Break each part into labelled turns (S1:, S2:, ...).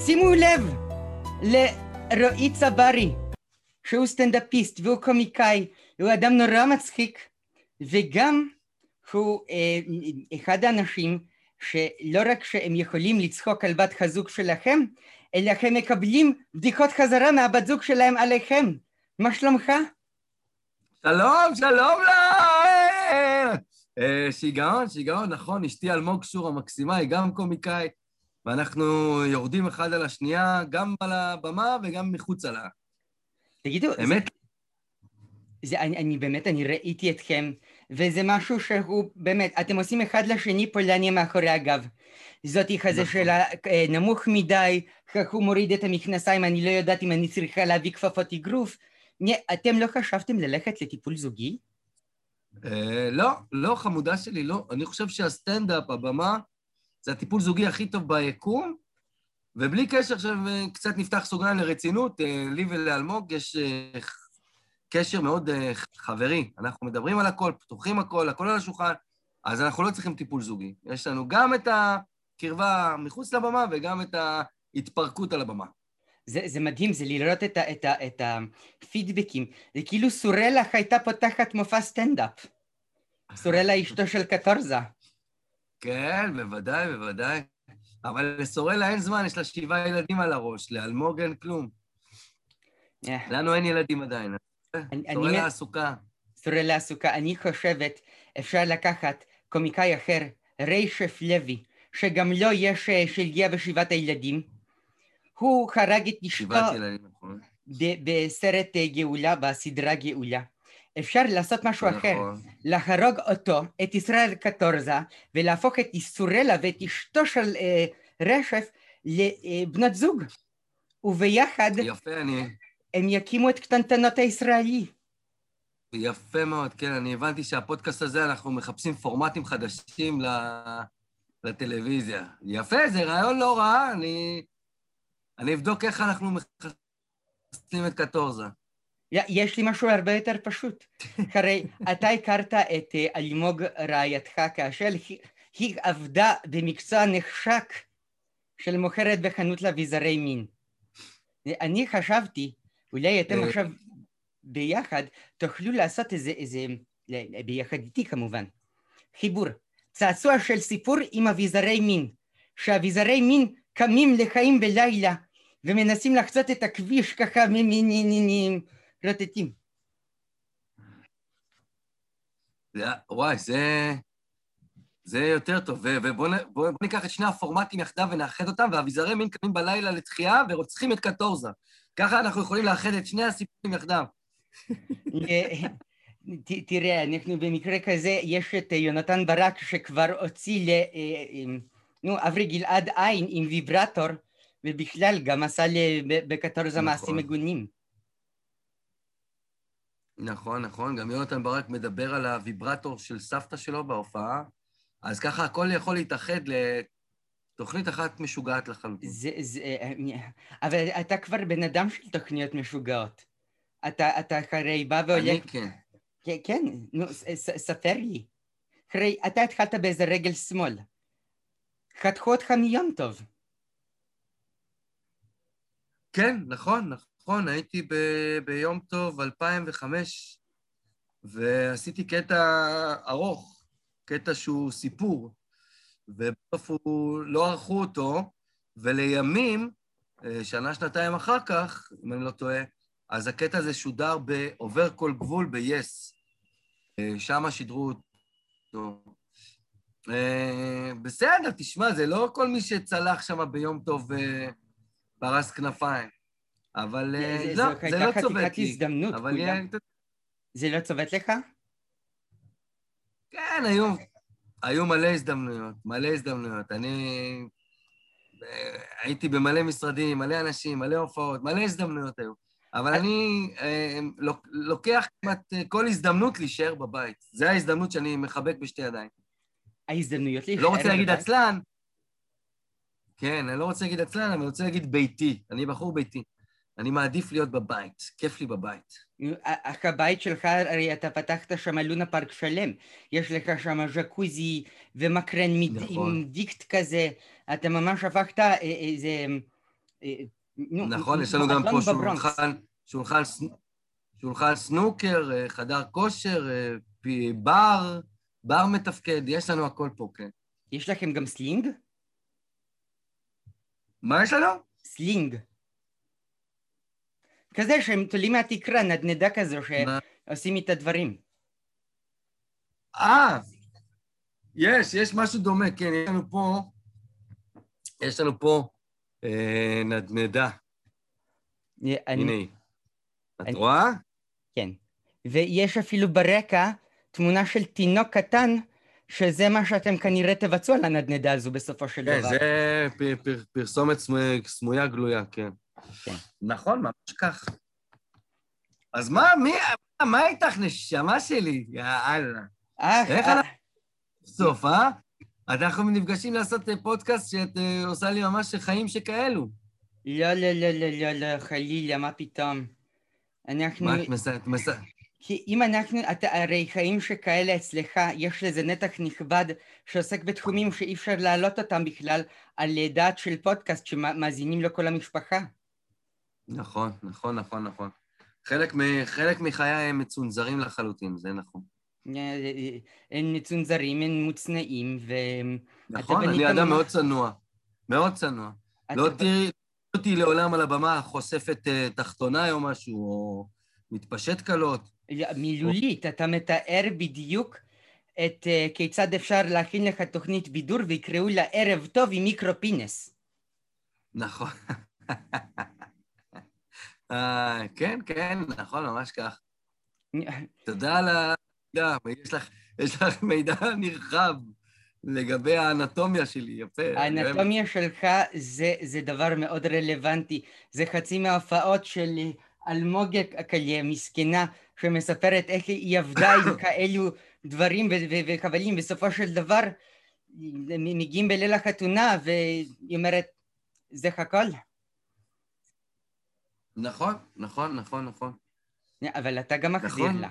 S1: שימו לב לרועי צברי, שהוא סטנדאפיסט והוא קומיקאי, הוא אדם נורא מצחיק, וגם הוא אחד האנשים שלא רק שהם יכולים לצחוק על בת הזוג שלכם, אלא הם מקבלים בדיחות חזרה מהבת זוג שלהם עליכם. מה שלומך?
S2: שלום, שלום שיגעון, נכון, אשתי אלמוג שור המקסימה, היא גם קומיקאית, ואנחנו יורדים אחד על השנייה, גם על הבמה וגם מחוץ עליה.
S1: תגידו,
S2: אמת?
S1: אני ראיתי אתכם, וזה משהו שהוא באמת, אתם עושים אחד לשני פולניה מאחורי הגב. זאתי כזה של נמוך מדי, כך הוא מוריד את המכנסיים, אני לא יודעת אם אני צריכה להביא כפפות אגרוף. אתם לא חשבתם ללכת לטיפול זוגי?
S2: לא, חמודה שלי, לא. אני חושב שהסטנדאפ, הבמה, זה הטיפול זוגי הכי טוב ביקום, ובלי קשר, עכשיו קצת נפתח סוגריים לרצינות, לי ולאלמוג יש קשר מאוד חברי. אנחנו מדברים על הכל, פתוחים הכל על השולחן, אז אנחנו לא צריכים טיפול זוגי. יש לנו גם את הקרבה מחוץ לבמה וגם את ההתפרקות על הבמה.
S1: זה מדהים, זה לראות את הפידבקים. זה כאילו סורלה הייתה פותחת מופע סטנדאפ. סורלה אשתו של קטורזה.
S2: כן, בוודאי. אבל לסורלה אין זמן, יש לה 7 ילדים על הראש, לאלמוג אין כלום. לנו אין ילדים עדיין. סורלה עסוקה.
S1: סורלה עסוקה. אני חושבת, אפשר לקחת קומיקאי אחר, ריישף לוי, שגם לו יש שלגיה ושבעת הילדים. הוא חרג את אשתו בסרט גאולה, בסדרה גאולה. אפשר לעשות משהו אחר, להרוג אותו, את ישראל קטורזה, ולהפוך את סורלה ואת אשתו של רשף לבנות זוג. וביחד הם יקימו את קטנטנות הישראלי.
S2: יפה מאוד, כן, אני הבנתי שהפודקאסט הזה אנחנו מחפשים פורמטים חדשים לטלוויזיה. יפה, זה רעיון לא רע, אני אבדוק איך אנחנו מחפשים את קטורזה.
S1: יש לי משהו הרבה יותר פשוט. הרי אתה הכרת את אלמוג רעייתך כאשר היא עבדה במקצוע נחשק של מוכרת בחנות לאביזרי מין. אני חשבתי, אולי אתם עכשיו ביחד תוכלו לעשות איזה, ביחד איתי כמובן, חיבור, צעצוע של סיפור עם אביזרי מין, שאביזרי מין קמים לחיים בלילה, ומנסים לחצות את הכביש ככה רוטטים.
S2: וואי, זה יותר טוב, ובואו ניקח את שני הפורמטים יחדיו ונאחד אותם, והאביזרי מין קמים בלילה לתחייה ורוצחים את קטורזה. ככה אנחנו יכולים לאחד את שני הסיפורים יחדיו.
S1: תראה, אנחנו במקרה כזה, יש את יונתן ברק שכבר הוציא אברי גלעד עין עם ויברטור, ובכלל גם עשה בקטורזה מעשים מגונים.
S2: נכון, גם יונתן ברק מדבר על הוויברטור של סבתא שלו בהופעה, אז ככה הכל יכול להתאחד לתוכנית אחת משוגעת לחלוטין.
S1: אבל אתה כבר בן אדם של תוכניות משוגעות. אתה הרי בא והולך...
S2: אני כן.
S1: כן, ספר לי. הרי אתה התחלת באיזה רגל שמאל. חתכו אותך מיום טוב.
S2: כן, נכון, הייתי ביום טוב 2005, ועשיתי קטע ארוך, קטע שהוא סיפור, ובסוף לא ערכו אותו, ולימים, שנה-שנתיים אחר כך, אם אני לא טועה, אז הקטע הזה שודר בעובר כל גבול ב-yes. שם שידרו אותו. בסדר, תשמע, זה לא כל מי שצלח שם ביום טוב פרס כנפיים. אבל לא, זה לא צובט לי.
S1: זה לא צובט לך?
S2: כן, היו מלא הזדמנויות. אני הייתי במלא משרדים, מלא אנשים, מלא הופעות, מלא הזדמנויות היו. אבל אני לוקח כמעט כל הזדמנות להישאר בבית. זו ההזדמנות שאני מחבק בשתי ידיים.
S1: ההזדמנויות להישאר בבית?
S2: לא רוצה להגיד עצלן. כן, אני לא רוצה להגיד עצלן, אבל אני רוצה להגיד ביתי. אני בחור ביתי. אני מעדיף להיות בבית, כיף לי בבית.
S1: אך הבית שלך, הרי אתה פתחת שם לונה פארק שלם. יש לך שם ז'קוזי ומקרן עם דיקט כזה. אתה ממש הפכת איזה
S2: נכון, יש לנו גם פה שולחן סנוקר, חדר כושר, בר מתפקד, יש לנו הכל פה, כן.
S1: יש לכם גם סלינג?
S2: מה יש לנו?
S1: סלינג. כזה שהם תולים מהתקרה, נדנדה כזו שעושים איתה דברים.
S2: יש משהו דומה, כן, יש לנו פה נדנדה. הנה היא. את רואה?
S1: כן. ויש אפילו ברקע תמונה של תינוק קטן, שזה מה שאתם כנראה תבצעו על הנדנדה הזו בסופו של דבר.
S2: כן, זה פרסומת סמויה גלויה, כן. נכון, ממש כך. אז מה איתך נשמה שלי? יאללה. איך אנחנו בסוף, אנחנו נפגשים לעשות פודקאסט שאת עושה לי ממש חיים שכאלו.
S1: לא, חלילה, מה פתאום?
S2: מה את מסעת?
S1: כי אם הרי חיים שכאלה אצלך, יש לזה נתח נכבד שעוסק בתחומים שאי אפשר להעלות אותם בכלל על דעת של פודקאסט שמאזינים לו כל המשפחה.
S2: נכון. חלק מחיי הם מצונזרים לחלוטין, זה נכון.
S1: הם מצונזרים, הם מוצנעים,
S2: נכון, אני אדם מאוד צנוע. לא תראי אותי לעולם על הבמה חושפת תחתונה או משהו, או מתפשט קלות.
S1: מילולית, אתה מתאר בדיוק את כיצד אפשר להכין לך תוכנית בידור ויקראו לה ערב טוב עם מיקרו-פינס.
S2: נכון. כן, נכון, ממש כך. תודה על המידע, יש לך מידע נרחב לגבי האנטומיה שלי, יפה.
S1: האנטומיה שלך זה דבר מאוד רלוונטי, זה חצי מההופעות של אלמוג הקליה, מסכנה, שמספרת איך היא עבדה עם כאלו דברים וחבלים, בסופו של דבר מגיעים בליל החתונה והיא אומרת, זה הכל?
S2: נכון.
S1: אבל אתה גם מחזיר לה.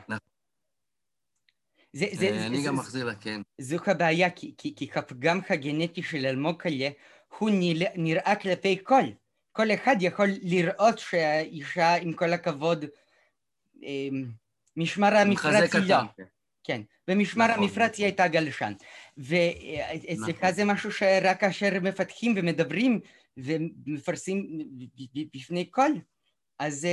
S2: אני גם מחזיר לה, כן.
S1: זו הבעיה, כי הפגם הגנטי של אלמוג קליה הוא נראה כלפי כל אחד יכול לראות שהאישה, עם כל הכבוד, משמר המפרץ היא לא. כן, במשמר המפרץ היא הייתה גלשן. ואצלך זה משהו שרק כאשר מפתחים ומדברים ומפרסים בפני כל, אז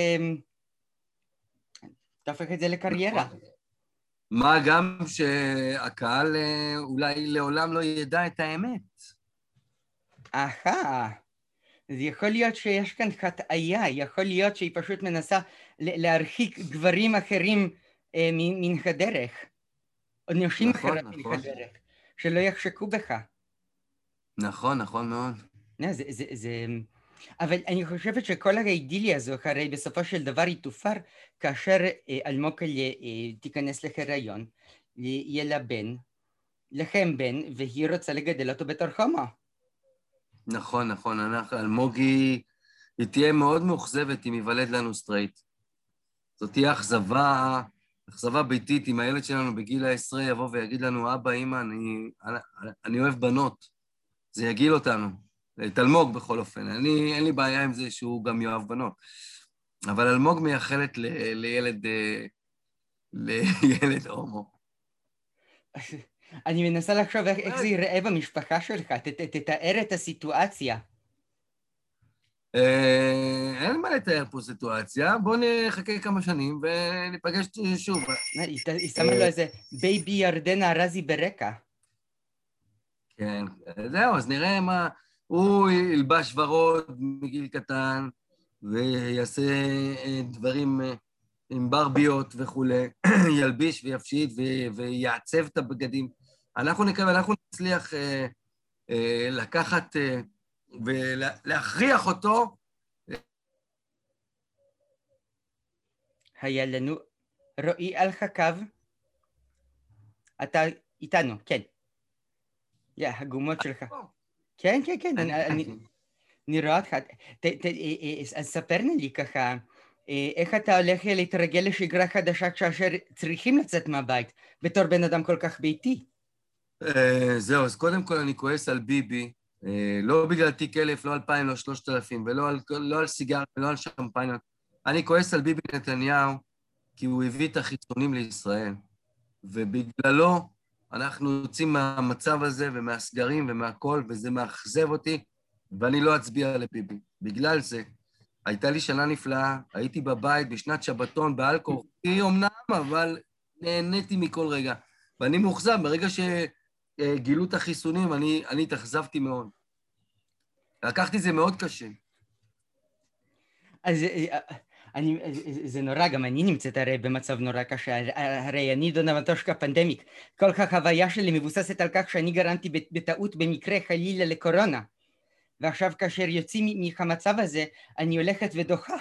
S1: תהפך את זה לקריירה.
S2: מה גם שהקהל אולי לעולם לא ידע את האמת.
S1: זה יכול להיות שיש כאן הטעיה, יכול להיות שהיא פשוט מנסה להרחיק גברים אחרים מן הדרך, או נשים אחרות מן הדרך, שלא יחשקו בך.
S2: נכון מאוד.
S1: אבל אני חושבת שכל האידיליה הזו, הרי בסופו של דבר היא תופר, כאשר אלמוג קליה תיכנס להיריון, יהיה לה בן, לכם בן, והיא רוצה לגדל אותו בתור הומו.
S2: נכון, אלמוג היא תהיה מאוד מאוכזבת אם ייוולד לנו סטרייט. זאת תהיה אכזבה ביתית אם הילד שלנו בגיל ה-10 יבוא ויגיד לנו, אבא, אמא, אני אוהב בנות. זה יגיל אותנו. את אלמוג בכל אופן. אין לי בעיה עם זה שהוא גם יאהב בנות. אבל אלמוג מייחלת לילד הומו.
S1: אני מנסה לחשוב איך זה ייראה במשפחה שלך, תתאר את הסיטואציה.
S2: אין מה לתאר פה סיטואציה, בואו נחכה כמה שנים וניפגש שוב.
S1: היא שמה לו איזה בייבי ירדנה רזי ברקע.
S2: כן, זהו, אז נראה מה... הוא ילבש ורוד מגיל קטן ויעשה דברים עם ברביות וכו', ילביש ויפשיט ויעצב את הבגדים. אנחנו נצליח לקחת ולהכריח אותו.
S1: היה לנו רועי על הקו. אתה איתנו, כן. הגומות שלך. כן, אני רואה אותך. אז ספרני לי ככה, איך אתה הולך להתרגל לשגרה חדשה כאשר צריכים לצאת מהבית, בתור בן אדם כל כך ביתי?
S2: זהו, אז קודם כל אני כועס על ביבי, לא בגלל תיק 1000, לא 2000, לא 3000, לא על סיגר, ולא על שמפייניות. אני כועס על ביבי נתניהו, כי הוא הביא את החיצונים לישראל, ובגללו אנחנו יוצאים מהמצב הזה ומהסגרים ומהכל, וזה מאכזב אותי, ואני לא אצביע לביבי. בגלל זה, הייתה לי שנה נפלאה, הייתי בבית בשנת שבתון, בעל כורחי אומנם, אבל נהניתי מכל רגע. ואני מאוכזב, ברגע שגילו את החיסונים, אני התאכזבתי מאוד. לקחתי את זה מאוד קשה.
S1: אז זה נורא, גם אני נמצאת הרי במצב נורא קשה, הרי אני דונה מטושקה פנדמיק, כל כך החוויה שלי מבוססת על כך שאני גרמתי בטעות במקרה חלילה לקורונה, ועכשיו כאשר יוצאים מהמצב הזה, אני הולכת ודוחה.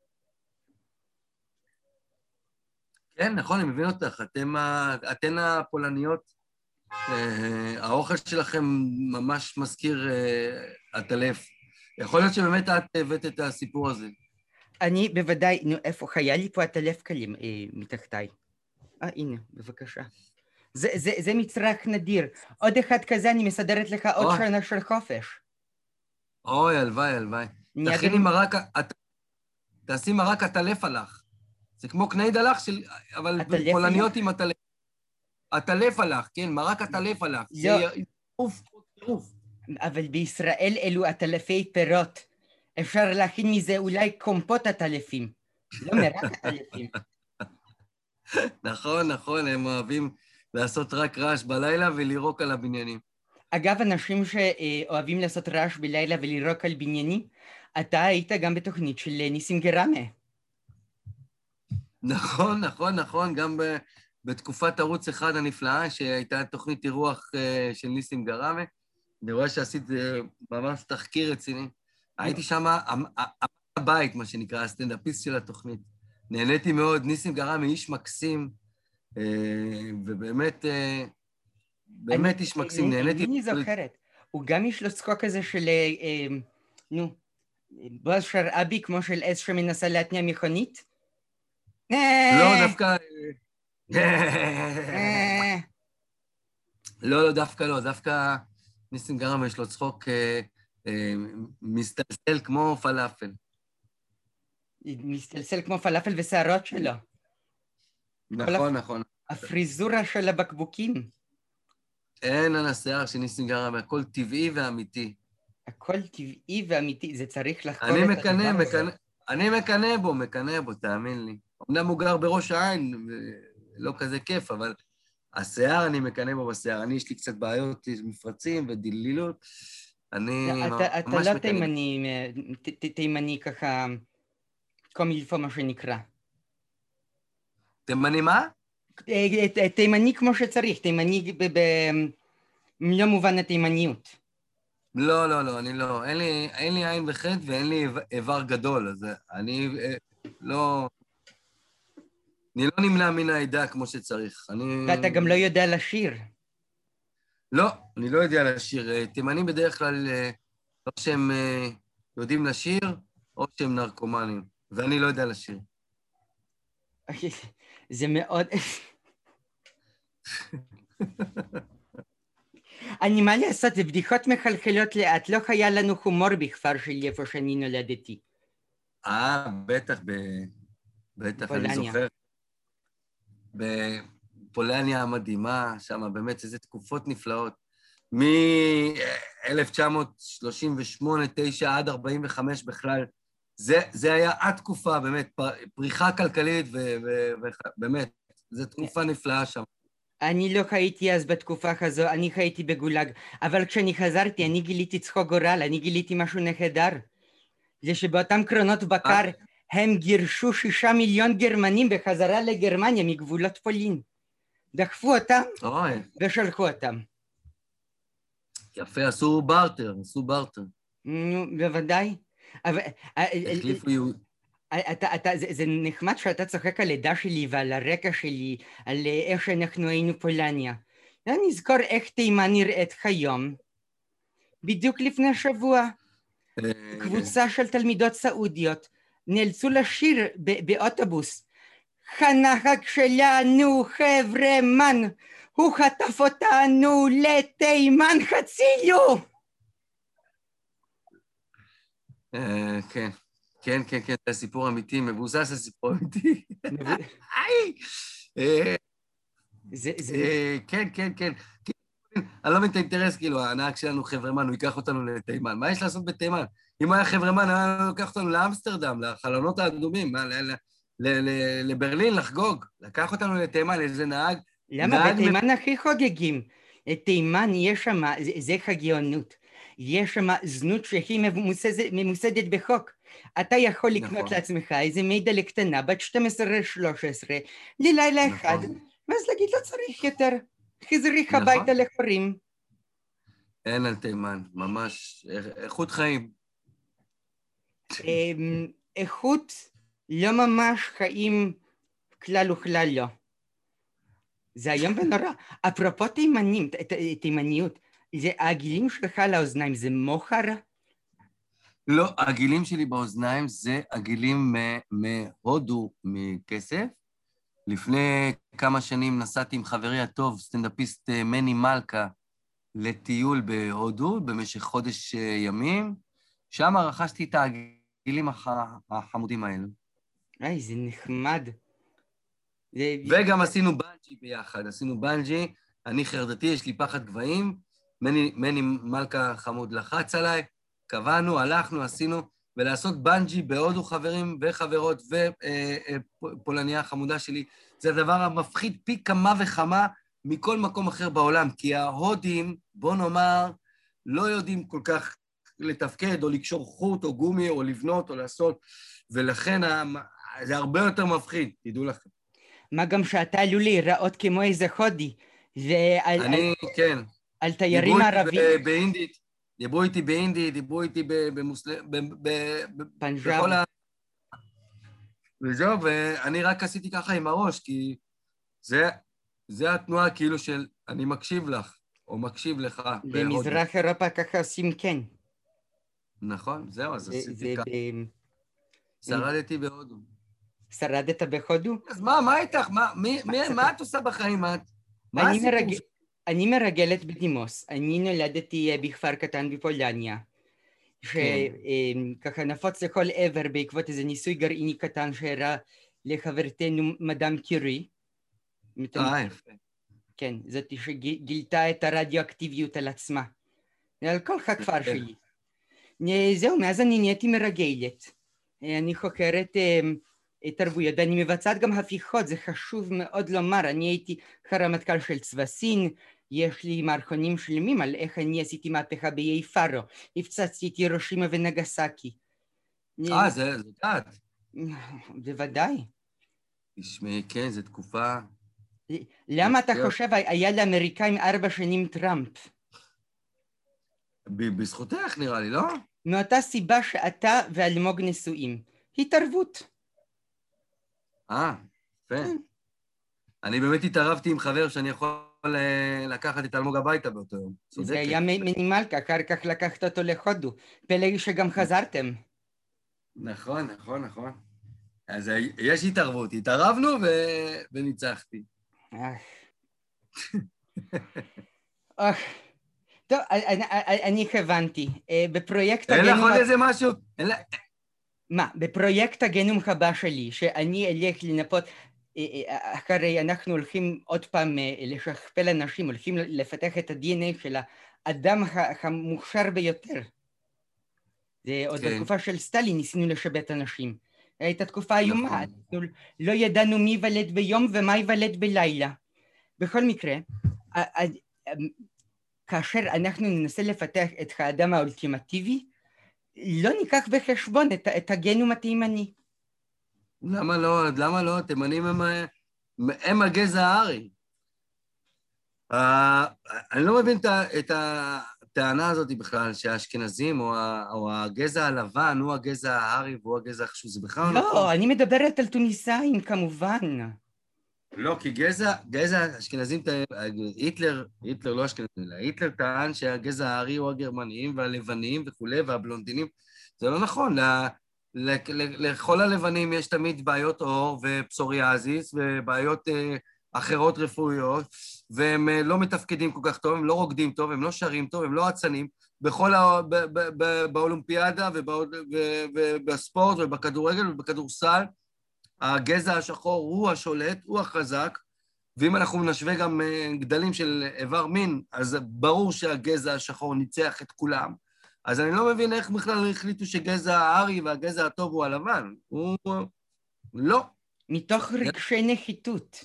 S2: כן, נכון, אני מבין אותך, אתן הפולניות, האוכל שלכם ממש מזכיר עטלף. יכול להיות שבאמת את הבאת את הסיפור הזה.
S1: אני בוודאי, נו, איפה היה לי פה עטלף קלים מתחתיי? הנה, בבקשה. זה מצרך נדיר. עוד אחד כזה, אני מסדרת לך עוד שנה של חופש.
S2: אוי, הלוואי, הלוואי. תכיני מרק, תעשי מרק עטלף עלך. זה כמו קני דלך, אבל פולניות עם עטלף. עטלף עלך, כן, מרק עטלף עלך. זה טירוף.
S1: אבל בישראל אלו עטלפי פירות. אפשר להכין מזה אולי קומפוט עטלפים. לא מרק עטלפים.
S2: נכון, נכון, הם אוהבים לעשות רק רעש בלילה ולירוק על הבניינים.
S1: אגב, אנשים שאוהבים לעשות רעש בלילה ולירוק על בניינים, אתה היית גם בתוכנית של ניסים גרמה.
S2: נכון, נכון, נכון, גם בתקופת ערוץ אחד הנפלאה, שהייתה תוכנית אירוח של ניסים גרמה, אני רואה שעשית ממש תחקיר רציני. הייתי שם, הבית, מה שנקרא, הסטנדאפיסט של התוכנית. נהניתי מאוד, ניסים גרמה איש מקסים, ובאמת, באמת איש מקסים, נהניתי.
S1: אני זוכרת, הוא גם יש לו צחוק כזה של, נו, בועז שרעבי, כמו של עז שמנסה להתניע מכונית?
S2: לא, דווקא... לא, דווקא לא, דווקא ניסים גרמה יש לו צחוק מסתלסל כמו פלאפל.
S1: מסתלסל כמו פלאפל ושערות שלו.
S2: נכון, נכון.
S1: הפריזורה של הבקבוקים.
S2: אין על השיער של ניסים גרמה, הכל טבעי ואמיתי.
S1: הכל טבעי ואמיתי, זה צריך לחקור את
S2: הדבר
S1: הזה.
S2: אני מקנא בו, תאמין לי. אמנם הוא גר בראש העין, לא כזה כיף, אבל השיער, אני מקנא בו בשיער. יש לי קצת בעיות, מפרצים ודלילות. אני ממש
S1: אתה לא
S2: מקנא.
S1: תימני ככה, קומילפו מה שנקרא.
S2: תימני מה?
S1: תימני כמו שצריך, תימני במלוא מובן התימניות.
S2: לא, אני לא. אין לי עין וחטא ואין לי איבר גדול, אז אני לא נמנע מן העדה כמו שצריך.
S1: ואתה גם לא יודע לשיר.
S2: לא, אני לא יודע לשיר. תימנים בדרך כלל, או שהם יודעים לשיר, או שהם נרקומנים, ואני לא יודע לשיר.
S1: זה מאוד... אני מה לעשות, זה בדיחות מחלחלות לאט, לא היה לנו הומור בכפר שלי איפה שאני נולדתי.
S2: בטח, אני זוכר. בפולניה המדהימה, שם באמת איזה תקופות נפלאות. מ-1938, 9 עד 45 בכלל, זה היה התקופה, באמת, פריחה כלכלית, ובאמת, זו תקופה נפלאה שם.
S1: אני לא חייתי אז בתקופה הזו, אני חייתי בגולג, אבל כשאני חזרתי, אני גיליתי צחוק גורל, אני גיליתי משהו נהדר. זה שבאותם קרונות בקר, הם גירשו 6 מיליון גרמנים בחזרה לגרמניה מגבולות פולין. דחפו אותם ושלחו אותם.
S2: יפה, עשו בארטר.
S1: נו, בוודאי.
S2: החליפו יהוד.
S1: זה נחמד שאתה צוחק על לידה שלי ועל הרקע שלי, על איך שאנחנו היינו פולניה. אני נזכור איך תימן נראית כיום. בדיוק לפני שבוע, קבוצה של תלמידות סעודיות נאלצו לשיר באוטובוס. חנך שלנו חבר'ה מן, הוא חטף אותנו לתימן, הצילו!
S2: כן, כן, כן, כן, זה סיפור אמיתי, מבוסס על סיפור אמיתי. כן, כן, כן. אני לא מבין את האינטרס, כאילו, הנהג שלנו חברמן, הוא ייקח אותנו לתימן. מה יש לעשות בתימן? אם הוא היה חברמן, היה לוקח אותנו לאמסטרדם, לחלונות האדומים, לברלין לחגוג. לקח אותנו לתימן, איזה נהג.
S1: למה? בתימן הכי חוגגים. תימן יש שם, זה חגיונות. יש שם זנות שהיא ממוסדת בחוק. אתה יכול לקנות לעצמך איזה מידע קטנה, בת 12-13, ללילה אחד, ואז להגיד, לא צריך יותר. חזריך הביתה לחורים.
S2: אין על תימן, ממש איכות חיים.
S1: איכות לא ממש חיים כלל וכלל לא. זה היום ונורא. אפרופו תימניות, זה הגילים שלך לאוזניים, זה מוחר?
S2: לא, הגילים שלי באוזניים זה הגילים מהודו מכסף. לפני כמה שנים נסעתי עם חברי הטוב, סטנדאפיסט מני מלכה, לטיול בהודו במשך חודש ימים. שם רכשתי את הגילים החמודים האלו.
S1: זה נחמד.
S2: וגם עשינו בנג'י ביחד, עשינו בנג'י, אני חרדתי, יש לי פחד גבהים, מני מלכה חמוד לחץ עליי, קבענו, הלכנו, עשינו, ולעשות בנג'י בהודו חברים וחברות ופולניה חמודה שלי, זה הדבר המפחיד פי כמה וכמה מכל מקום אחר בעולם, כי ההודים, בוא נאמר, לא יודעים כל כך לתפקד או לקשור חוט או גומי או לבנות או לעשות, ולכן זה הרבה יותר מפחיד, תדעו לכם.
S1: מה גם שאתה עלול להיראות כמו איזה הודי,
S2: אני, כן.
S1: על תיירים ערבים.
S2: דיברו איתי באינדית, דיברו איתי
S1: פנג'אב.
S2: וזהו, ואני רק עשיתי ככה עם הראש, כי זה התנועה כאילו של אני מקשיב לך, או מקשיב לך.
S1: במזרח אירופה ככה עושים כן.
S2: נכון, זהו, אז עשיתי ככה. שרדתי בהודו.
S1: שרדת בהודו?
S2: אז מה איתך? מה את עושה בחיים? מה הסיפור?
S1: אני מרגלת בדימוס. אני נולדתי בכפר קטן בפולניה, שככה נפוץ לכל עבר בעקבות איזה ניסוי גרעיני קטן שהראה לחברתנו מדאם קירי.
S2: יפה.
S1: כן, זאת שגילתה את הרדיואקטיביות על עצמה. על כל הכפר שלי. זהו, מאז אני נהייתי מרגלת. אני חוקרת תרבויות, ואני מבצעת גם הפיכות, זה חשוב מאוד לומר. אני הייתי הרמטכ"ל של צבא סין, יש לי מערכונים שלמים על איך אני עשיתי מהפכה באיי פארו, הפצצתי את הירושימה ונגסקי.
S2: זה יודעת.
S1: בוודאי.
S2: תשמעי, כן, זו תקופה...
S1: למה אתה חושב היה לאמריקאים 4 שנים טראמפ?
S2: בזכותך נראה לי, לא?
S1: מאותה סיבה שאתה ואלמוג נשואים. התערבות.
S2: יפה. אני באמת התערבתי עם חבר שאני יכול לקחת את אלמוג הביתה באותו יום.
S1: זה היה מינימלקה, אחר כך לקחת אותו להודו. פלא שגם חזרתם.
S2: נכון. אז יש התערבות, התערבנו וניצחתי.
S1: טוב, אני הבנתי. בפרויקט
S2: אין לך עוד איזה משהו?
S1: מה? בפרויקט הגנום הבא שלי, שאני אלך לנפות, אחרי אנחנו הולכים עוד פעם לשכפל אנשים, הולכים לפתח את ה-DNA של האדם המוכשר ביותר. זה עוד בתקופה של סטלין ניסינו לשבת אנשים. הייתה תקופה איומה, לא ידענו מי ייוולד ביום ומה ייוולד בלילה. בכל מקרה, כאשר אנחנו ננסה לפתח את האדם האולטימטיבי, לא ניקח בחשבון את הגנום התימני.
S2: למה לא? תימנים הם הגזע הארי. אני לא מבין את הטענה הזאת בכלל, שהאשכנזים או הגזע הלבן הוא הגזע הארי והוא הגזע החשוב. זה בכלל לא נכון.
S1: לא, אני מדברת על טוניסאים כמובן.
S2: לא, כי גזע אשכנזים, היטלר לא אשכנזים, אלא היטלר טען שהגזע הארי הוא הגרמנים והלבנים וכולי, והבלונדינים. זה לא נכון, לכל הלבנים יש תמיד בעיות עור ופסוריאזיס ובעיות אחרות רפואיות, והם לא מתפקדים כל כך טוב, הם לא רוקדים טוב, הם לא שרים טוב, הם לא עצנים, באולימפיאדה ובספורט ובכדורגל ובכדורסל, הגזע השחור הוא השולט, הוא החזק, ואם אנחנו נשווה גם גדלים של איבר מין, אז ברור שהגזע השחור ניצח את כולם. אז אני לא מבין איך בכלל החליטו שגזע הארי והגזע הטוב הוא הלבן. הוא לא.
S1: מתוך רגשי נחיתות.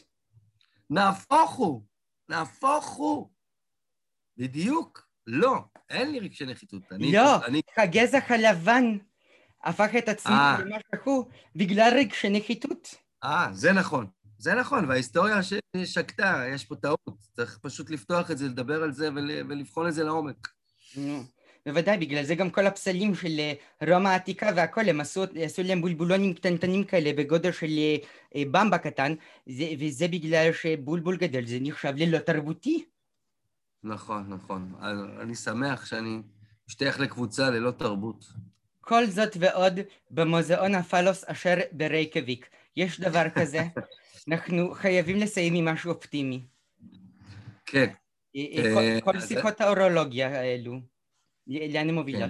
S2: נהפוך הוא. בדיוק. לא, אין לי רגשי נחיתות.
S1: לא, הגזע הלבן הפך את עצמו למשהו בגלל רגשי נחיתות.
S2: זה נכון, וההיסטוריה ששקטה, יש פה טעות. צריך פשוט לפתוח את זה, לדבר על זה ולבחון את זה לעומק.
S1: בוודאי, בגלל זה גם כל הפסלים של רומא העתיקה והכל, הם עשו להם בולבולונים קטנטנים כאלה בגודל של במבה קטן, וזה בגלל שבולבול גדול, זה נחשב ללא תרבותי.
S2: נכון. אני שמח שאני משתייך לקבוצה ללא תרבות.
S1: כל זאת ועוד במוזיאון הפלוס אשר ברייקביק. יש דבר כזה, אנחנו חייבים לסיים עם משהו אופטימי.
S2: כן.
S1: כל שיחות האורולוגיה האלו, לאן הן מובילות?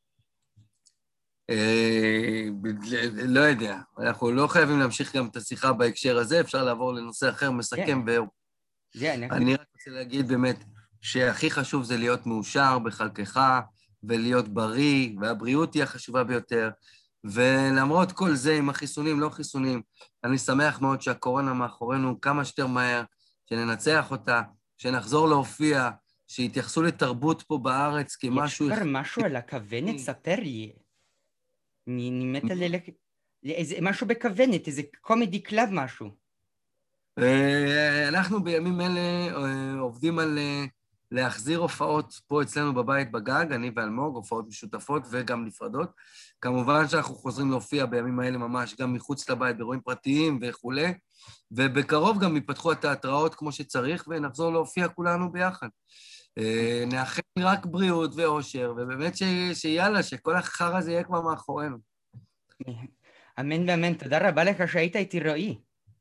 S2: לא יודע, אנחנו לא חייבים להמשיך גם את השיחה בהקשר הזה, אפשר לעבור לנושא אחר, מסכם והוא. אני רק רוצה להגיד באמת שהכי חשוב זה להיות מאושר בחלקך, ולהיות בריא, והבריאות היא החשובה ביותר, ולמרות כל זה, עם החיסונים, לא חיסונים, אני שמח מאוד שהקורונה מאחורינו כמה שיותר מהר, שננצח אותה, שנחזור להופיע, שיתייחסו לתרבות פה בארץ כמשהו...
S1: יש כבר משהו על הכוונת, ספר לי. אני מתה משהו בכוונת, איזה קומדי קלאב משהו.
S2: אנחנו בימים אלה עובדים על להחזיר הופעות פה אצלנו בבית בגג, אני ואלמוג, הופעות משותפות וגם נפרדות. כמובן שאנחנו חוזרים להופיע בימים האלה ממש גם מחוץ לבית, באירועים פרטיים וכו', ובקרוב גם ייפתחו התיאטראות כמו שצריך, ונחזור להופיע כולנו ביחד. נאחל רק בריאות ואושר, ובאמת שיאללה, שכל החר הזה יהיה כבר מאחורינו.
S1: אמן ואמן, תודה רבה לך שהיית איתי רועי.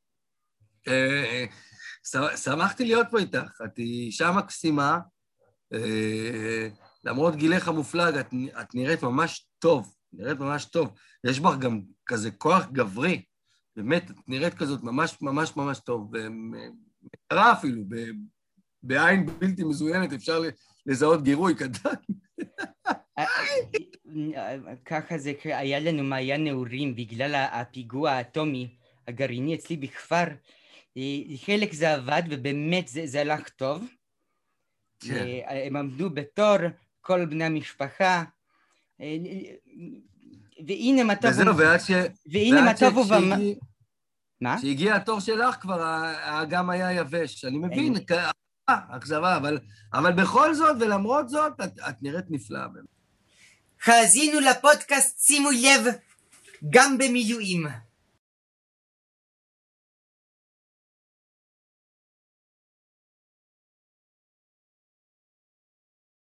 S2: שמחתי להיות פה איתך, את אישה מקסימה, למרות גילך המופלג, את נראית ממש טוב, יש בך גם כזה כוח גברי, באמת, את נראית כזאת ממש טוב, ומקרה אפילו, בעין בלתי מזוינת, אפשר לזהות גירוי קטן.
S1: ככה זה, היה לנו מעיין נעורים בגלל הפיגוע האטומי הגרעיני אצלי בכפר, חלק זה עבד ובאמת זה הלך טוב. הם עמדו בתור, כל בני המשפחה, והנה מה טוב...
S2: וזהו, ועד שהגיע התור שלך כבר, האגם היה יבש. אני מבין, אכזבה, אבל בכל זאת ולמרות זאת, את נראית נפלאה.
S1: האזינו לפודקאסט, שימו לב, גם במילואים.